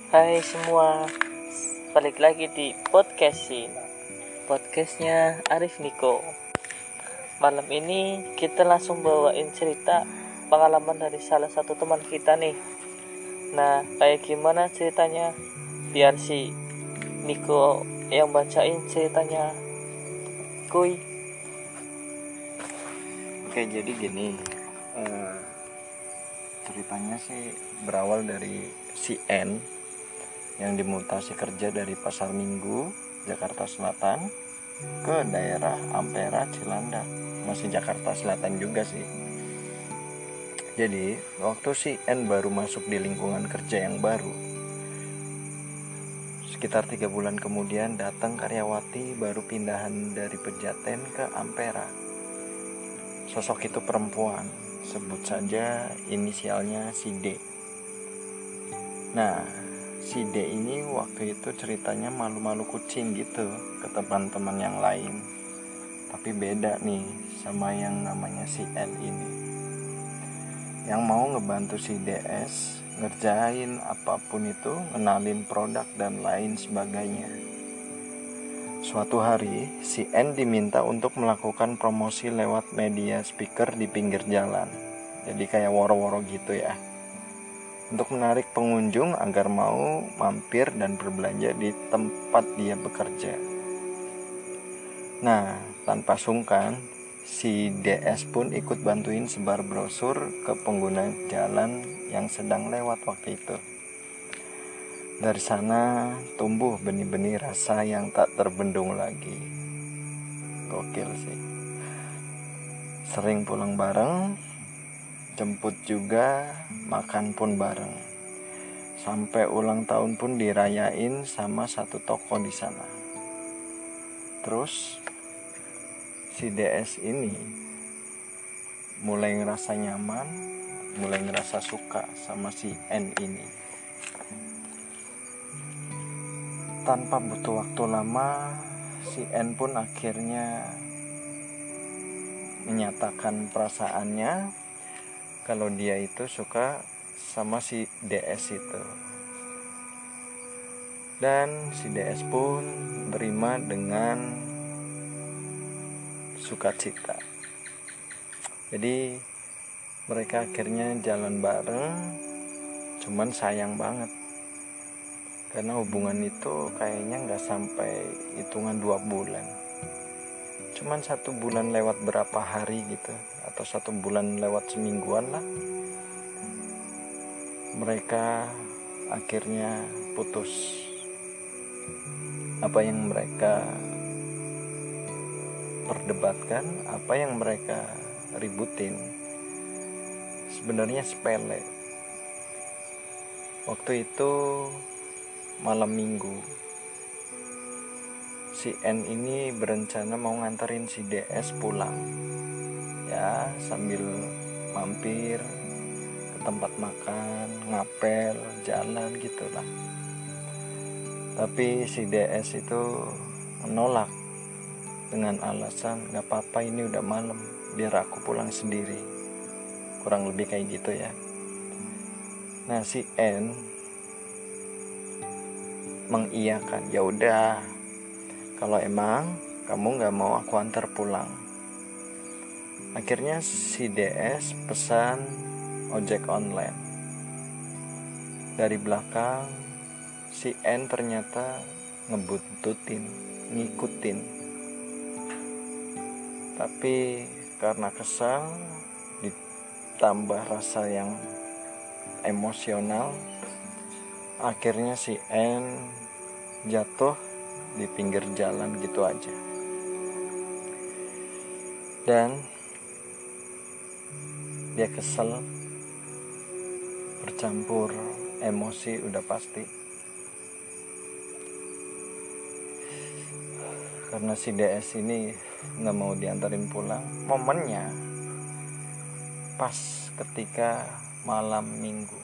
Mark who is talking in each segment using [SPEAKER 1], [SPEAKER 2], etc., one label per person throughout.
[SPEAKER 1] Hai semua, balik lagi di podcastnya Arif Niko. Malam ini kita langsung bawain cerita pengalaman dari salah satu teman kita nih. Nah, kayak gimana ceritanya? Biar si Niko yang bacain ceritanya. Kuy.
[SPEAKER 2] Oke, jadi gini, ceritanya sih berawal dari si N yang dimutasi kerja dari Pasar Minggu, Jakarta Selatan ke daerah Ampera, Cilandak, masih Jakarta Selatan juga sih. Jadi waktu si N baru masuk di lingkungan kerja yang baru, sekitar 3 bulan kemudian datang karyawati baru pindahan dari Pejaten ke Ampera. Sosok itu perempuan, sebut saja inisialnya si D. Nah, si D ini waktu itu ceritanya malu-malu kucing gitu ke teman-teman yang lain. Tapi beda nih sama yang namanya si N ini, yang mau ngebantu si DS ngerjain apapun itu, ngenalin produk dan lain sebagainya. Suatu hari, si N diminta untuk melakukan promosi lewat media speaker di pinggir jalan. Jadi kayak woro-woro gitu ya. Untuk menarik pengunjung agar mau mampir dan berbelanja di tempat dia bekerja. Nah, tanpa sungkan, si DS pun ikut bantuin sebar brosur ke pengguna jalan yang sedang lewat waktu itu. Dari sana tumbuh benih-benih rasa yang tak terbendung lagi. Gokil sih. Sering pulang bareng, jemput juga, makan pun bareng. Sampai ulang tahun pun dirayain sama satu toko di sana. Terus si DS ini mulai ngerasa nyaman, mulai ngerasa suka sama si N ini. Tanpa butuh waktu lama, si N pun akhirnya menyatakan perasaannya kalau dia itu suka sama si DS itu. Dan si DS pun terima dengan sukacita. Jadi mereka akhirnya jalan bareng, cuman sayang banget karena hubungan itu kayaknya gak sampai hitungan 2 bulan, cuman 1 bulan lewat berapa hari gitu, atau 1 bulan lewat semingguan lah. Mereka akhirnya putus. Apa yang mereka perdebatkan, apa yang mereka ributin sebenarnya sepele. Waktu itu malam minggu, si N ini berencana mau nganterin si DS pulang ya, sambil mampir ke tempat makan, ngapel, jalan gitulah. Tapi si DS itu menolak dengan alasan gak apa-apa, ini udah malam, biar aku pulang sendiri. Kurang lebih kayak gitu ya. Nah, si N mengiyakan, ya udah, kalau emang kamu gak mau aku antar pulang. Akhirnya si DS pesan ojek online. Dari belakang si N ternyata ngebuntutin, ngikutin. Tapi karena kesal ditambah rasa yang emosional, akhirnya si N jatuh di pinggir jalan gitu aja. Dan dia kesel, bercampur emosi udah pasti. Karena si DS ini gak mau diantarin pulang. Momennya pas ketika malam minggu.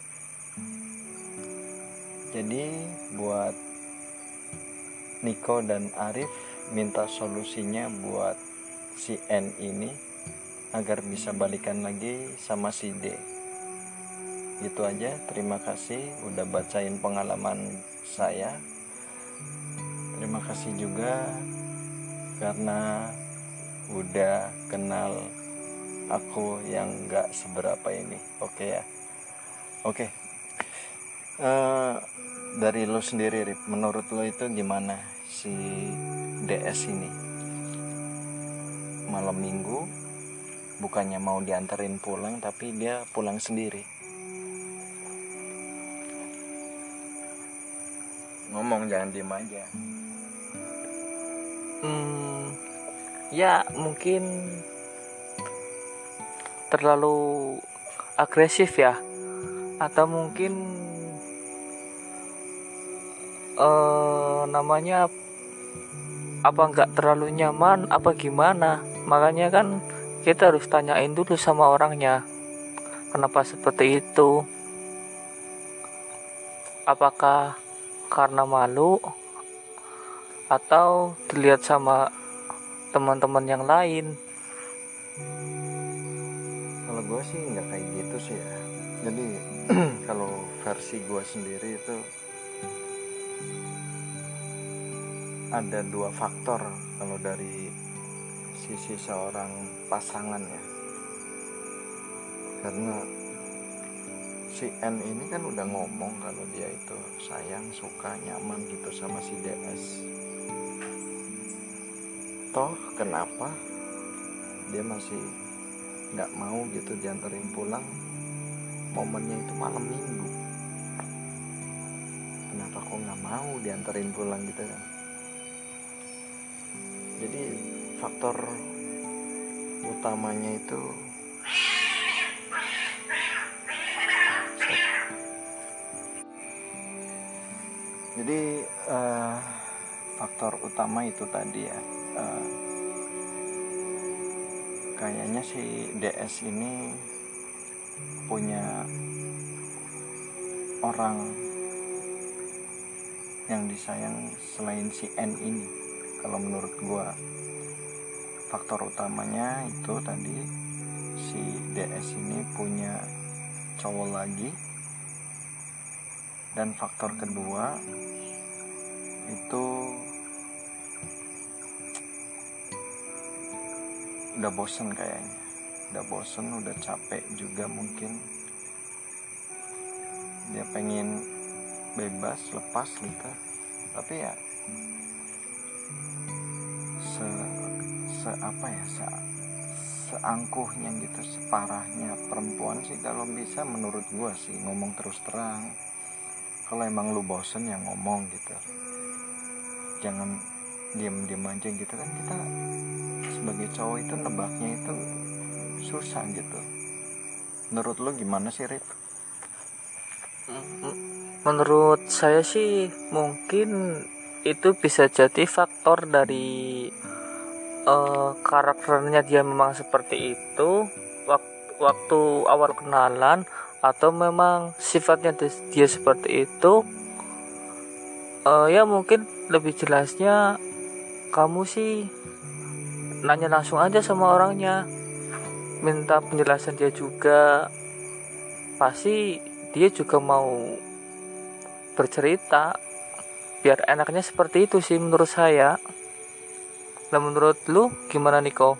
[SPEAKER 2] Jadi buat Niko dan Arif minta solusinya buat si N ini agar bisa balikan lagi sama si D. Itu aja. Terima kasih udah bacain pengalaman saya. Terima kasih juga karena udah kenal aku yang gak seberapa ini. Oke ya. Oke. Dari lo sendiri, Rip, menurut lo itu gimana si DS ini? Malam minggu bukannya mau dianterin pulang, tapi dia pulang sendiri. Ngomong, jangan diem aja.
[SPEAKER 1] Ya mungkin terlalu agresif ya, atau mungkin namanya apa nggak terlalu nyaman apa gimana. Makanya kan kita harus tanyain dulu sama orangnya kenapa seperti itu. Apakah karena malu atau dilihat sama teman-teman yang lain.
[SPEAKER 2] Kalau gue sih nggak kayak gitu sih ya. Jadi kalau versi gue sendiri itu ada dua faktor kalau dari sisi seorang pasangan ya. Karena si N ini kan udah ngomong kalau dia itu sayang, suka, nyaman gitu sama si DS. Toh kenapa dia masih nggak mau gitu dianterin pulang? Momennya itu malam minggu. Kenapa kok nggak mau dianterin pulang gitu kan? Jadi faktor utamanya itu faktor utama itu tadi ya. Kayaknya si DS ini punya orang yang disayang selain si N ini. Kalau menurut gua faktor utamanya itu tadi, si DS ini punya cowok lagi. Dan faktor kedua itu udah bosen kayaknya. Udah bosen, udah capek juga mungkin. Dia pengen bebas, lepas gitu. Tapi ya seangkuhnya gitu, separahnya perempuan sih kalau bisa menurut gua sih ngomong terus terang. Kalau emang lu bosen ya ngomong gitu, jangan diem aja gitu kan. Kita sebagai cowok itu nebaknya itu susah gitu. Menurut lu gimana sih, Rip?
[SPEAKER 1] Menurut saya sih mungkin itu bisa jadi faktor dari karakternya dia memang seperti itu waktu awal kenalan, atau memang sifatnya dia seperti itu. Ya mungkin lebih jelasnya kamu sih nanya langsung aja sama orangnya, minta penjelasan dia juga. Pasti dia juga mau bercerita, biar enaknya seperti itu sih menurut saya. Nah menurut lu gimana Niko?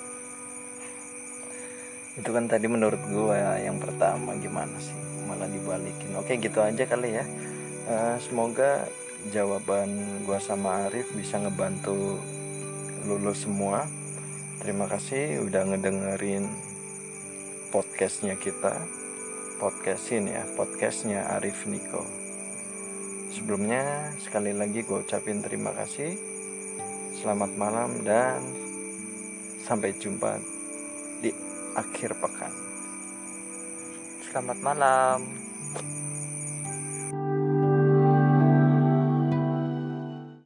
[SPEAKER 2] Itu kan tadi menurut gue yang pertama, gimana sih malah dibalikin. Oke gitu aja kali ya. Semoga jawaban gue sama Arif bisa ngebantu lulus semua. Terima kasih udah ngedengerin podcastnya kita. Podcastnya Arif Niko. Sebelumnya sekali lagi gue ucapin terima kasih. Selamat malam dan sampai jumpa di akhir pekan.
[SPEAKER 1] Selamat malam.